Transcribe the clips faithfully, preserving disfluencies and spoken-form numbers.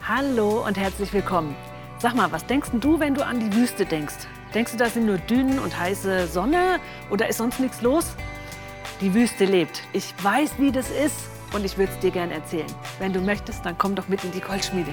Hallo und herzlich willkommen. Sag mal, was denkst denn du, wenn du an die Wüste denkst? Denkst du, da sind nur Dünen und heiße Sonne oder ist sonst nichts los? Die Wüste lebt. Ich weiß, wie das ist und ich würde es dir gerne erzählen. Wenn du möchtest, dann komm doch mit in die Goldschmiede.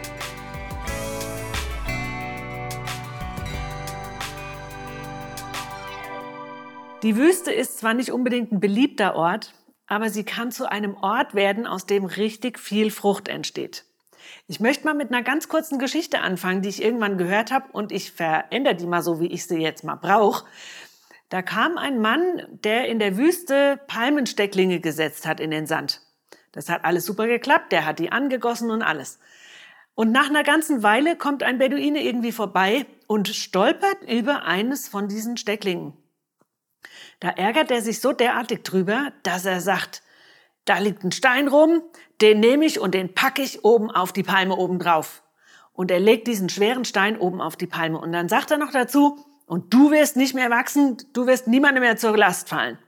Die Wüste ist zwar nicht unbedingt ein beliebter Ort, aber sie kann zu einem Ort werden, aus dem richtig viel Frucht entsteht. Ich möchte mal mit einer ganz kurzen Geschichte anfangen, die ich irgendwann gehört habe und ich verändere die mal so, wie ich sie jetzt mal brauche. Da kam ein Mann, der in der Wüste Palmenstecklinge gesetzt hat in den Sand. Das hat alles super geklappt, der hat die angegossen und alles. Und nach einer ganzen Weile kommt ein Beduine irgendwie vorbei und stolpert über eines von diesen Stecklingen. Da ärgert er sich so derartig drüber, dass er sagt, da liegt ein Stein rum, den nehme ich und den packe ich oben auf die Palme oben drauf. Und er legt diesen schweren Stein oben auf die Palme. Und dann sagt er noch dazu, und du wirst nicht mehr wachsen, du wirst niemandem mehr zur Last fallen.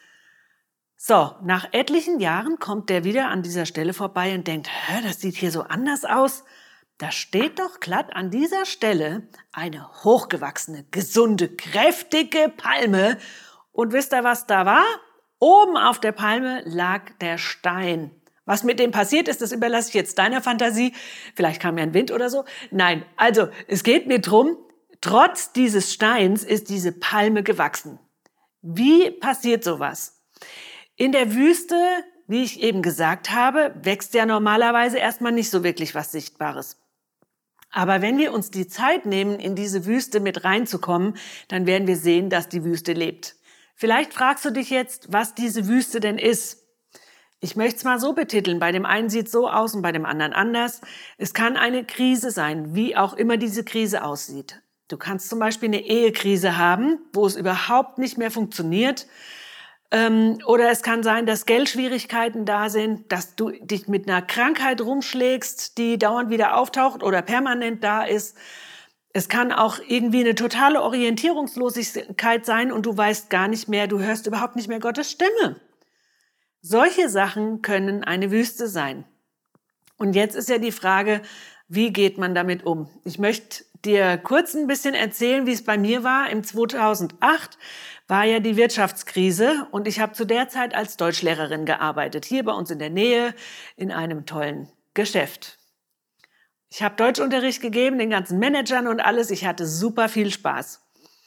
So, nach etlichen Jahren kommt der wieder an dieser Stelle vorbei und denkt, hä, das sieht hier so anders aus. Da steht doch glatt an dieser Stelle eine hochgewachsene, gesunde, kräftige Palme. Und wisst ihr, was da war? Oben auf der Palme lag der Stein. Was mit dem passiert ist, das überlasse ich jetzt deiner Fantasie. Vielleicht kam ja ein Wind oder so. Nein, also es geht mir drum, trotz dieses Steins ist diese Palme gewachsen. Wie passiert sowas? In der Wüste, wie ich eben gesagt habe, wächst ja normalerweise erstmal nicht so wirklich was Sichtbares. Aber wenn wir uns die Zeit nehmen, in diese Wüste mit reinzukommen, dann werden wir sehen, dass die Wüste lebt. Vielleicht fragst du dich jetzt, was diese Wüste denn ist. Ich möchte es mal so betiteln. Bei dem einen sieht es so aus und bei dem anderen anders. Es kann eine Krise sein, wie auch immer diese Krise aussieht. Du kannst zum Beispiel eine Ehekrise haben, wo es überhaupt nicht mehr funktioniert. Ähm, oder es kann sein, dass Geldschwierigkeiten da sind, dass du dich mit einer Krankheit rumschlägst, die dauernd wieder auftaucht oder permanent da ist. Es kann auch irgendwie eine totale Orientierungslosigkeit sein und du weißt gar nicht mehr, du hörst überhaupt nicht mehr Gottes Stimme. Solche Sachen können eine Wüste sein. Und jetzt ist ja die Frage, wie geht man damit um? Ich möchte dir kurz ein bisschen erzählen, wie es bei mir war. Im zweitausendacht war ja die Wirtschaftskrise und ich habe zu der Zeit als Deutschlehrerin gearbeitet, hier bei uns in der Nähe in einem tollen Geschäft. Ich habe Deutschunterricht gegeben, den ganzen Managern und alles. Ich hatte super viel Spaß.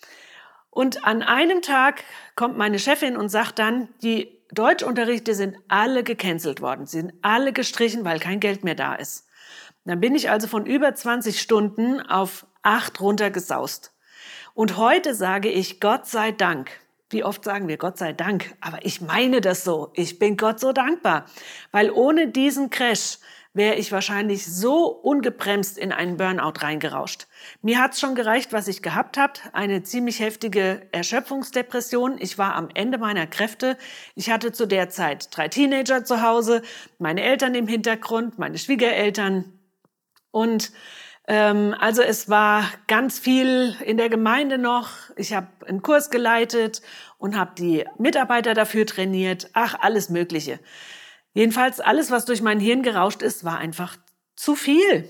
Und an einem Tag kommt meine Chefin und sagt dann, die Deutschunterrichte sind alle gecancelt worden. Sie sind alle gestrichen, weil kein Geld mehr da ist. Dann bin ich also von über zwanzig Stunden auf acht runtergesaust. Und heute sage ich Gott sei Dank. Wie oft sagen wir Gott sei Dank? Aber ich meine das so. Ich bin Gott so dankbar. Weil ohne diesen Crash wäre ich wahrscheinlich so ungebremst in einen Burnout reingerauscht. Mir hat's schon gereicht, was ich gehabt habe, eine ziemlich heftige Erschöpfungsdepression. Ich war am Ende meiner Kräfte. Ich hatte zu der Zeit drei Teenager zu Hause, meine Eltern im Hintergrund, meine Schwiegereltern. Und ähm, also es war ganz viel in der Gemeinde noch. Ich habe einen Kurs geleitet und habe die Mitarbeiter dafür trainiert. Ach, alles Mögliche. Jedenfalls alles, was durch mein Hirn gerauscht ist, war einfach zu viel.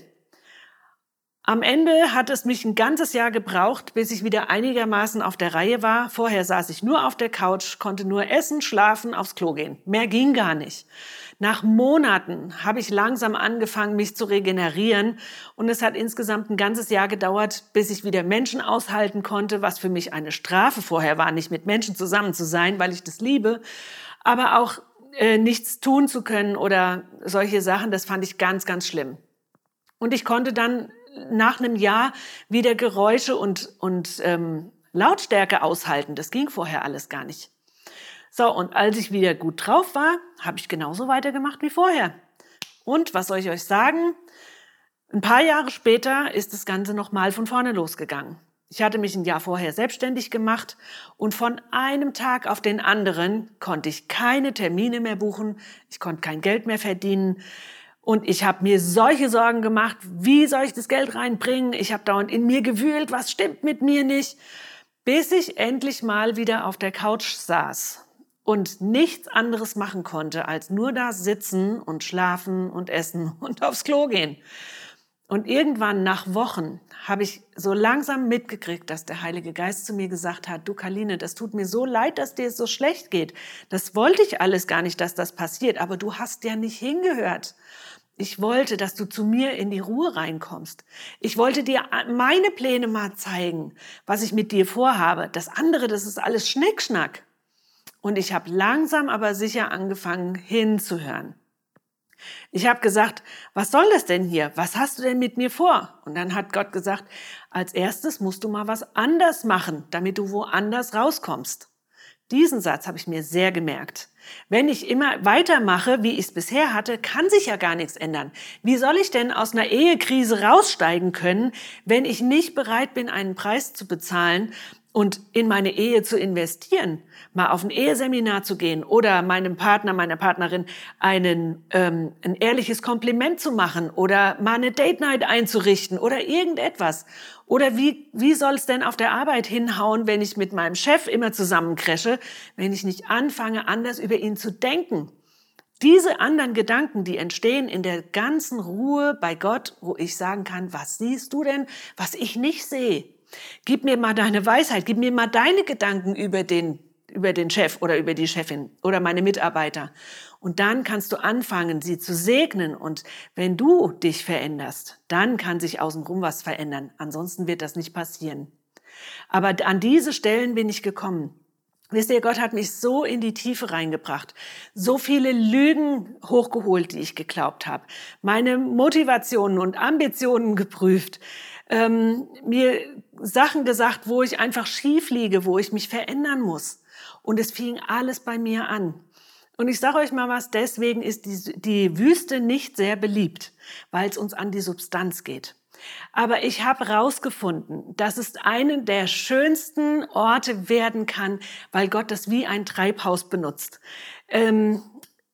Am Ende hat es mich ein ganzes Jahr gebraucht, bis ich wieder einigermaßen auf der Reihe war. Vorher saß ich nur auf der Couch, konnte nur essen, schlafen, aufs Klo gehen. Mehr ging gar nicht. Nach Monaten habe ich langsam angefangen, mich zu regenerieren. Und es hat insgesamt ein ganzes Jahr gedauert, bis ich wieder Menschen aushalten konnte, was für mich eine Strafe vorher war, nicht mit Menschen zusammen zu sein, weil ich das liebe. Aber auch äh, nichts tun zu können oder solche Sachen, das fand ich ganz, ganz schlimm. Und ich konnte dann nach einem Jahr wieder Geräusche und, und ähm, Lautstärke aushalten. Das ging vorher alles gar nicht. So, und als ich wieder gut drauf war, habe ich genauso weitergemacht wie vorher. Und was soll ich euch sagen? Ein paar Jahre später ist das Ganze nochmal von vorne losgegangen. Ich hatte mich ein Jahr vorher selbstständig gemacht und von einem Tag auf den anderen konnte ich keine Termine mehr buchen, ich konnte kein Geld mehr verdienen. Und ich habe mir solche Sorgen gemacht, wie soll ich das Geld reinbringen? Ich habe dauernd in mir gewühlt, was stimmt mit mir nicht? Bis ich endlich mal wieder auf der Couch saß und nichts anderes machen konnte, als nur da sitzen und schlafen und essen und aufs Klo gehen. Und irgendwann nach Wochen habe ich so langsam mitgekriegt, dass der Heilige Geist zu mir gesagt hat, du Karline, das tut mir so leid, dass dir es so schlecht geht. Das wollte ich alles gar nicht, dass das passiert, aber du hast ja nicht hingehört. Ich wollte, dass du zu mir in die Ruhe reinkommst. Ich wollte dir meine Pläne mal zeigen, was ich mit dir vorhabe. Das andere, das ist alles Schnickschnack. Und ich habe langsam aber sicher angefangen hinzuhören. Ich habe gesagt, was soll das denn hier? Was hast du denn mit mir vor? Und dann hat Gott gesagt, als erstes musst du mal was anders machen, damit du woanders rauskommst. Diesen Satz habe ich mir sehr gemerkt. Wenn ich immer weitermache, wie ich es bisher hatte, kann sich ja gar nichts ändern. Wie soll ich denn aus einer Ehekrise raussteigen können, wenn ich nicht bereit bin, einen Preis zu bezahlen und in meine Ehe zu investieren, mal auf ein Eheseminar zu gehen oder meinem Partner, meiner Partnerin einen, ähm, ein ehrliches Kompliment zu machen oder mal eine Date Night einzurichten oder irgendetwas. Oder wie, wie soll es denn auf der Arbeit hinhauen, wenn ich mit meinem Chef immer zusammencrashe, wenn ich nicht anfange, anders über ihn zu denken? Diese anderen Gedanken, die entstehen in der ganzen Ruhe bei Gott, wo ich sagen kann, was siehst du denn, was ich nicht sehe? Gib mir mal deine Weisheit, gib mir mal deine Gedanken über den, über den Chef oder über die Chefin oder meine Mitarbeiter. Und dann kannst du anfangen, sie zu segnen. Und wenn du dich veränderst, dann kann sich außenrum was verändern. Ansonsten wird das nicht passieren. Aber an diese Stellen bin ich gekommen. Wisst ihr, Gott hat mich so in die Tiefe reingebracht, so viele Lügen hochgeholt, die ich geglaubt habe, meine Motivationen und Ambitionen geprüft, ähm, mir Sachen gesagt, wo ich einfach schief liege, wo ich mich verändern muss. Und es fing alles bei mir an. Und ich sage euch mal was, deswegen ist die, die Wüste nicht sehr beliebt, weil es uns an die Substanz geht. Aber ich habe herausgefunden, dass es einen der schönsten Orte werden kann, weil Gott das wie ein Treibhaus benutzt. Ähm,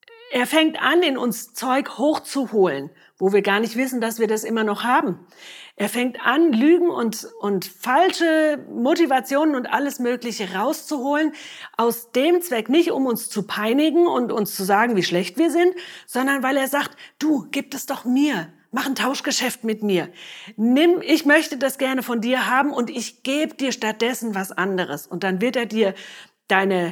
er fängt an, in uns Zeug hochzuholen, wo wir gar nicht wissen, dass wir das immer noch haben. Er fängt an, Lügen und, und falsche Motivationen und alles Mögliche rauszuholen, aus dem Zweck nicht, um uns zu peinigen und uns zu sagen, wie schlecht wir sind, sondern weil er sagt, du, gib es doch mir. Mach ein Tauschgeschäft mit mir. Nimm, ich möchte das gerne von dir haben und ich gebe dir stattdessen was anderes. Und dann wird er dir deine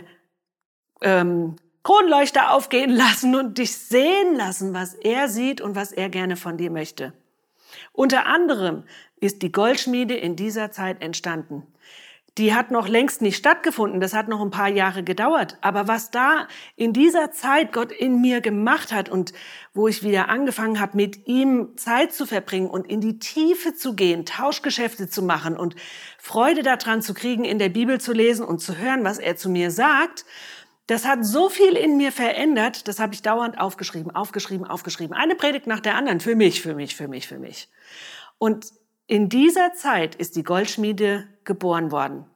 ähm, Kronleuchter aufgehen lassen und dich sehen lassen, was er sieht und was er gerne von dir möchte. Unter anderem ist die Goldschmiede in dieser Zeit entstanden. Die hat noch längst nicht stattgefunden, das hat noch ein paar Jahre gedauert. Aber was da in dieser Zeit Gott in mir gemacht hat und wo ich wieder angefangen habe, mit ihm Zeit zu verbringen und in die Tiefe zu gehen, Tauschgeschäfte zu machen und Freude daran zu kriegen, in der Bibel zu lesen und zu hören, was er zu mir sagt, das hat so viel in mir verändert, das habe ich dauernd aufgeschrieben, aufgeschrieben, aufgeschrieben. Eine Predigt nach der anderen, für mich, für mich, für mich, für mich. Und in dieser Zeit ist die Goldschmiede geboren worden.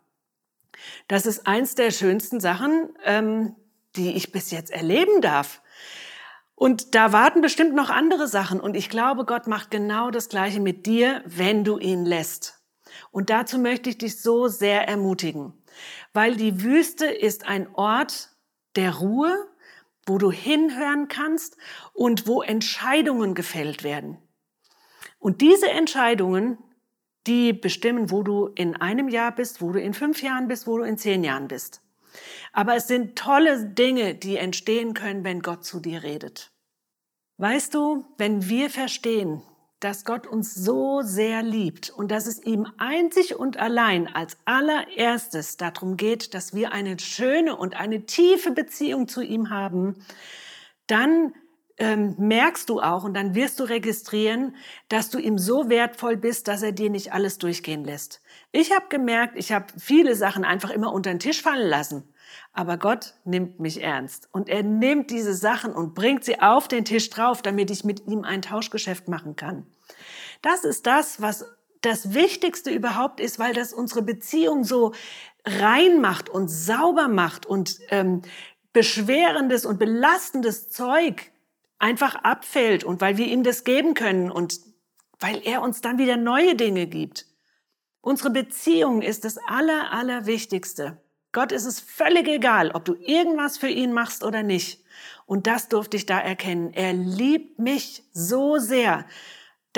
Das ist eins der schönsten Sachen, ähm, die ich bis jetzt erleben darf. Und da warten bestimmt noch andere Sachen. Und ich glaube, Gott macht genau das Gleiche mit dir, wenn du ihn lässt. Und dazu möchte ich dich so sehr ermutigen. Weil die Wüste ist ein Ort der Ruhe, wo du hinhören kannst und wo Entscheidungen gefällt werden. Und diese Entscheidungen, die bestimmen, wo du in einem Jahr bist, wo du in fünf Jahren bist, wo du in zehn Jahren bist. Aber es sind tolle Dinge, die entstehen können, wenn Gott zu dir redet. Weißt du, wenn wir verstehen, dass Gott uns so sehr liebt und dass es ihm einzig und allein als allererstes darum geht, dass wir eine schöne und eine tiefe Beziehung zu ihm haben, dann ähm, merkst du auch und dann wirst du registrieren, dass du ihm so wertvoll bist, dass er dir nicht alles durchgehen lässt. Ich habe gemerkt, ich habe viele Sachen einfach immer unter den Tisch fallen lassen. Aber Gott nimmt mich ernst und er nimmt diese Sachen und bringt sie auf den Tisch drauf, damit ich mit ihm ein Tauschgeschäft machen kann. Das ist das, was das Wichtigste überhaupt ist, weil das unsere Beziehung so rein macht und sauber macht und ähm, beschwerendes und belastendes Zeug einfach abfällt und weil wir ihm das geben können und weil er uns dann wieder neue Dinge gibt. Unsere Beziehung ist das Aller, Allerwichtigste. Gott ist es völlig egal, ob du irgendwas für ihn machst oder nicht. Und das durfte ich da erkennen. Er liebt mich so sehr,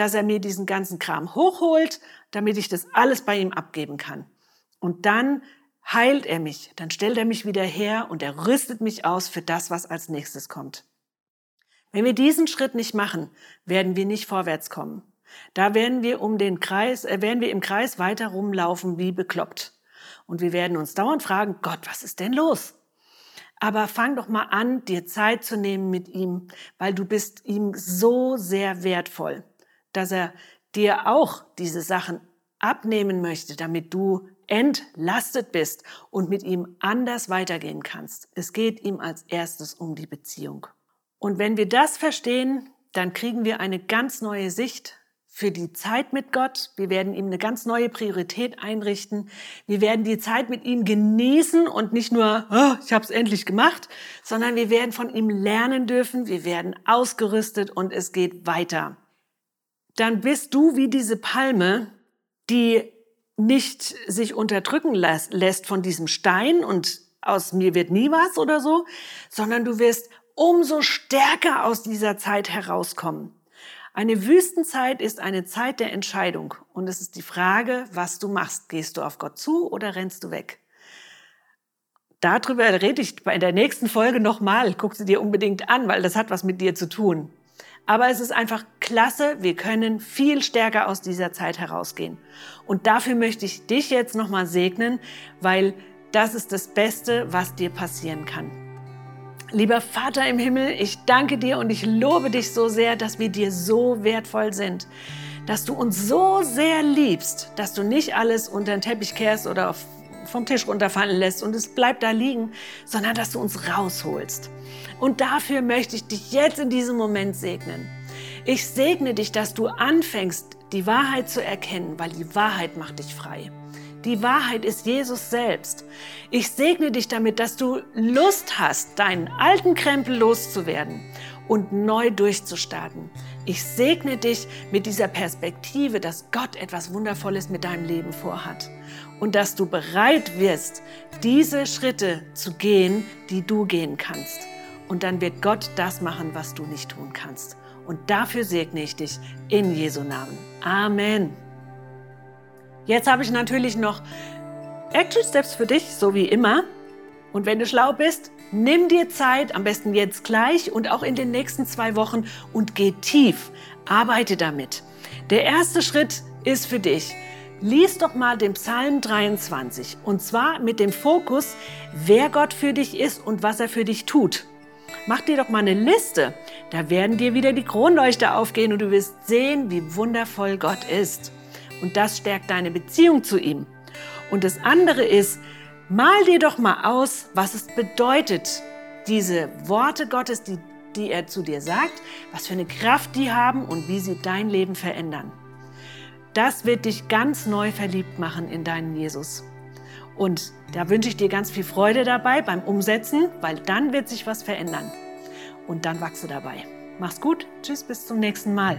dass er mir diesen ganzen Kram hochholt, damit ich das alles bei ihm abgeben kann. Und dann heilt er mich, dann stellt er mich wieder her und er rüstet mich aus für das, was als nächstes kommt. Wenn wir diesen Schritt nicht machen, werden wir nicht vorwärts kommen. Da werden wir um den Kreis, äh, werden wir im Kreis weiter rumlaufen wie bekloppt. Und wir werden uns dauernd fragen, Gott, was ist denn los? Aber fang doch mal an, dir Zeit zu nehmen mit ihm, weil du bist ihm so sehr wertvoll, dass er dir auch diese Sachen abnehmen möchte, damit du entlastet bist und mit ihm anders weitergehen kannst. Es geht ihm als erstes um die Beziehung. Und wenn wir das verstehen, dann kriegen wir eine ganz neue Sicht für die Zeit mit Gott. Wir werden ihm eine ganz neue Priorität einrichten. Wir werden die Zeit mit ihm genießen und nicht nur, oh, ich habe es endlich gemacht, sondern wir werden von ihm lernen dürfen. Wir werden ausgerüstet und es geht weiter. Dann bist du wie diese Palme, die nicht sich unterdrücken lässt von diesem Stein und aus mir wird nie was oder so, sondern du wirst umso stärker aus dieser Zeit herauskommen. Eine Wüstenzeit ist eine Zeit der Entscheidung und es ist die Frage, was du machst. Gehst du auf Gott zu oder rennst du weg? Darüber rede ich bei der nächsten Folge nochmal. Guck sie dir unbedingt an, weil das hat was mit dir zu tun. Aber es ist einfach klasse, wir können viel stärker aus dieser Zeit herausgehen. Und dafür möchte ich dich jetzt nochmal segnen, weil das ist das Beste, was dir passieren kann. Lieber Vater im Himmel, ich danke dir und ich lobe dich so sehr, dass wir dir so wertvoll sind, dass du uns so sehr liebst, dass du nicht alles unter den Teppich kehrst oder auf, vom Tisch runterfallen lässt und es bleibt da liegen, sondern dass du uns rausholst. Und dafür möchte ich dich jetzt in diesem Moment segnen. Ich segne dich, dass du anfängst, die Wahrheit zu erkennen, weil die Wahrheit macht dich frei. Die Wahrheit ist Jesus selbst. Ich segne dich damit, dass du Lust hast, deinen alten Krempel loszuwerden und neu durchzustarten. Ich segne dich mit dieser Perspektive, dass Gott etwas Wundervolles mit deinem Leben vorhat und dass du bereit wirst, diese Schritte zu gehen, die du gehen kannst. Und dann wird Gott das machen, was du nicht tun kannst. Und dafür segne ich dich in Jesu Namen. Amen. Jetzt habe ich natürlich noch Action Steps für dich, so wie immer. Und wenn du schlau bist, nimm dir Zeit, am besten jetzt gleich und auch in den nächsten zwei Wochen und geh tief. Arbeite damit. Der erste Schritt ist für dich. Lies doch mal den Psalm dreiundzwanzig und zwar mit dem Fokus, wer Gott für dich ist und was er für dich tut. Mach dir doch mal eine Liste. Da werden dir wieder die Kronleuchter aufgehen und du wirst sehen, wie wundervoll Gott ist. Und das stärkt deine Beziehung zu ihm. Und das andere ist, mal dir doch mal aus, was es bedeutet, diese Worte Gottes, die, die er zu dir sagt, was für eine Kraft die haben und wie sie dein Leben verändern. Das wird dich ganz neu verliebt machen in deinen Jesus. Und da wünsche ich dir ganz viel Freude dabei beim Umsetzen, weil dann wird sich was verändern. Und dann wachse dabei. Mach's gut. Tschüss, bis zum nächsten Mal.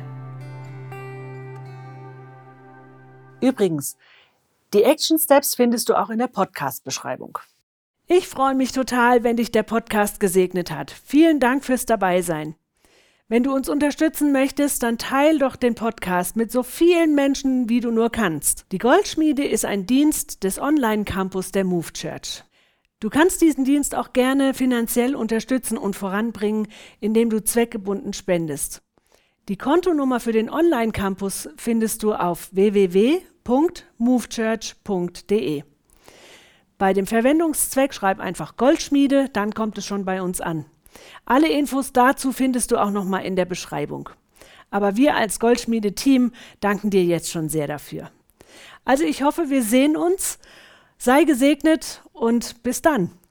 Übrigens, die Action Steps findest du auch in der Podcast-Beschreibung. Ich freue mich total, wenn dich der Podcast gesegnet hat. Vielen Dank fürs Dabeisein. Wenn du uns unterstützen möchtest, dann teil doch den Podcast mit so vielen Menschen, wie du nur kannst. Die Goldschmiede ist ein Dienst des Online-Campus der Move Church. Du kannst diesen Dienst auch gerne finanziell unterstützen und voranbringen, indem du zweckgebunden spendest. Die Kontonummer für den Online-Campus findest du auf w w w punkt movechurch punkt d e. Bei dem Verwendungszweck schreib einfach Goldschmiede, dann kommt es schon bei uns an. Alle Infos dazu findest du auch nochmal in der Beschreibung. Aber wir als Goldschmiede-Team danken dir jetzt schon sehr dafür. Also ich hoffe, wir sehen uns. Sei gesegnet und bis dann.